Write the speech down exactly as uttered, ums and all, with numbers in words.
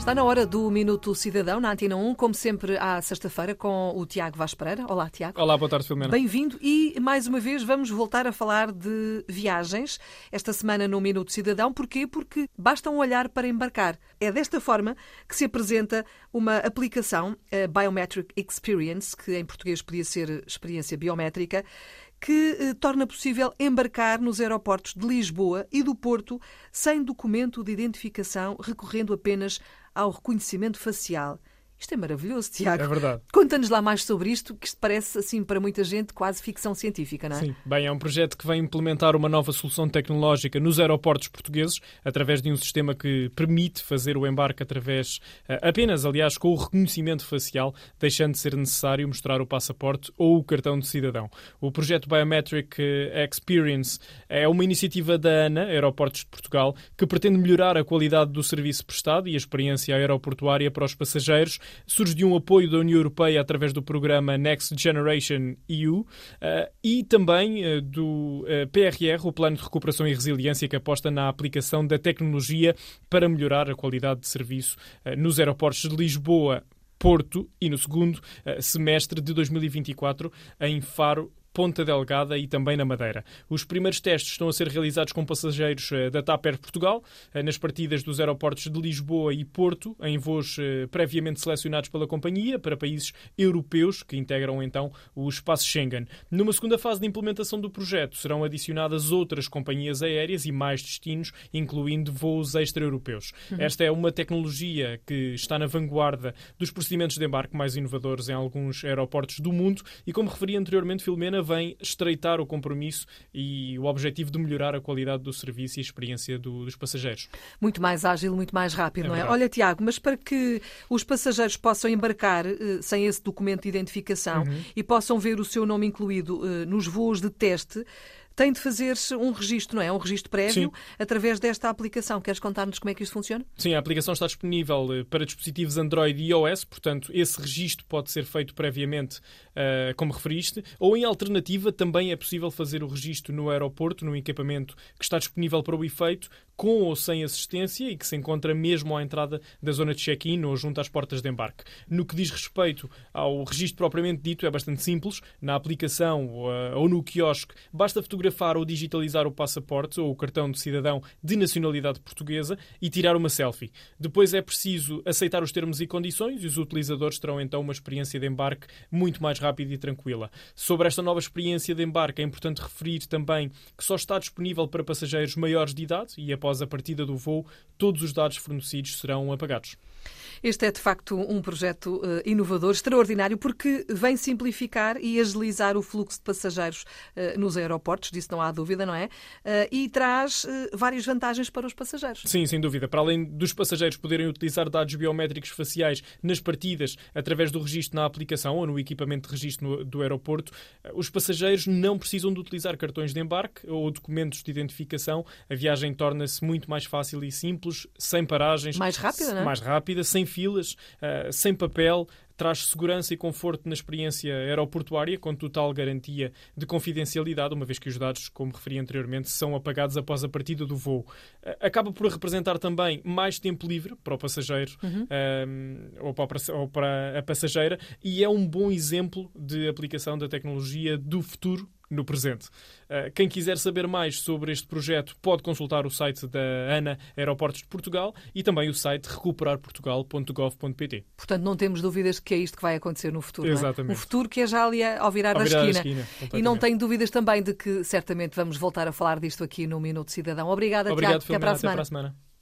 Está na hora do Minuto Cidadão, na Antena um, como sempre à sexta-feira, com o Tiago Vaz Pereira. Olá, Tiago. Olá, boa tarde, Filomena. Bem-vindo e, mais uma vez, vamos voltar a falar de viagens esta semana no Minuto Cidadão. Porquê? Porque basta um olhar para embarcar. É desta forma que se apresenta uma aplicação, a Biometric Experience, que em português podia ser experiência biométrica, que eh, torna possível embarcar nos aeroportos de Lisboa e do Porto sem documento de identificação, recorrendo apenas ao reconhecimento facial. Isto é maravilhoso, Tiago. É verdade. Conta-nos lá mais sobre isto, que isto parece, assim, para muita gente, quase ficção científica, não é? Sim. Bem, é um projeto que vem implementar uma nova solução tecnológica nos aeroportos portugueses, através de um sistema que permite fazer o embarque através, apenas, aliás, com o reconhecimento facial, deixando de ser necessário mostrar o passaporte ou o cartão de cidadão. O projeto Biometric Experience é uma iniciativa da ANA, Aeroportos de Portugal, que pretende melhorar a qualidade do serviço prestado e a experiência aeroportuária para os passageiros. Surge de um apoio da União Europeia através do programa Next Generation E U uh, e também uh, do uh, P R R, o Plano de Recuperação e Resiliência, que aposta na aplicação da tecnologia para melhorar a qualidade de serviço uh, nos aeroportos de Lisboa, Porto e no segundo uh, semestre de dois mil e vinte e quatro em Faro, Ponta Delgada e também na Madeira. Os primeiros testes estão a ser realizados com passageiros da TAP Air Portugal, nas partidas dos aeroportos de Lisboa e Porto, em voos previamente selecionados pela companhia para países europeus que integram então o espaço Schengen. Numa segunda fase de implementação do projeto serão adicionadas outras companhias aéreas e mais destinos, incluindo voos extra-europeus. Uhum. Esta é uma tecnologia que está na vanguarda dos procedimentos de embarque mais inovadores em alguns aeroportos do mundo e, como referi anteriormente, Filomena, vem estreitar o compromisso e o objetivo de melhorar a qualidade do serviço e a experiência do, dos passageiros. Muito mais ágil, muito mais rápido, é não é? Verdade. Olha, Tiago, mas para que os passageiros possam embarcar uh, sem esse documento de identificação uhum. e possam ver o seu nome incluído uh, nos voos de teste, tem de fazer-se um registro, não é? Um registro prévio, Sim. através desta aplicação. Queres contar-nos como é que isto funciona? Sim, a aplicação está disponível para dispositivos Android e iOS, portanto, esse registro pode ser feito previamente, uh, como referiste, ou, em alternativa, também é possível fazer o registro no aeroporto, num equipamento que está disponível para o efeito, com ou sem assistência e que se encontra mesmo à entrada da zona de check-in ou junto às portas de embarque. No que diz respeito ao registro propriamente dito, é bastante simples. Na aplicação ou, uh, ou no quiosque, basta fotografar fotografar ou digitalizar o passaporte ou o cartão de cidadão de nacionalidade portuguesa e tirar uma selfie. Depois é preciso aceitar os termos e condições e os utilizadores terão então uma experiência de embarque muito mais rápida e tranquila. Sobre esta nova experiência de embarque é importante referir também que só está disponível para passageiros maiores de idade e após a partida do voo todos os dados fornecidos serão apagados. Este é, de facto, um projeto uh, inovador, extraordinário, porque vem simplificar e agilizar o fluxo de passageiros uh, nos aeroportos, disso não há dúvida, não é? Uh, e traz uh, várias vantagens para os passageiros. Sim, sem dúvida. Para além dos passageiros poderem utilizar dados biométricos faciais nas partidas através do registro na aplicação ou no equipamento de registro no, do aeroporto, uh, os passageiros não precisam de utilizar cartões de embarque ou documentos de identificação. A viagem torna-se muito mais fácil e simples, sem paragens. Mais rápida, não é? Mais rápida, sem filas, uh, sem papel, traz segurança e conforto na experiência aeroportuária, com total garantia de confidencialidade, uma vez que os dados, como referi anteriormente, são apagados após a partida do voo. Uh, acaba por representar também mais tempo livre para o passageiro uhum. uh, ou, para a, ou para a passageira e é um bom exemplo de aplicação da tecnologia do futuro no presente. Uh, quem quiser saber mais sobre este projeto pode consultar o site da ANA Aeroportos de Portugal e também o site recuperar portugal ponto gov ponto pt. Portanto, não temos dúvidas que é isto que vai acontecer no futuro. Exatamente. Não é? O futuro que é já ali ao virar, ao da virar esquina. esquina E não tenho dúvidas também de que certamente vamos voltar a falar disto aqui no Minuto Cidadão. Obrigada, Obrigado, Tiago. Até para a semana. Até para a semana.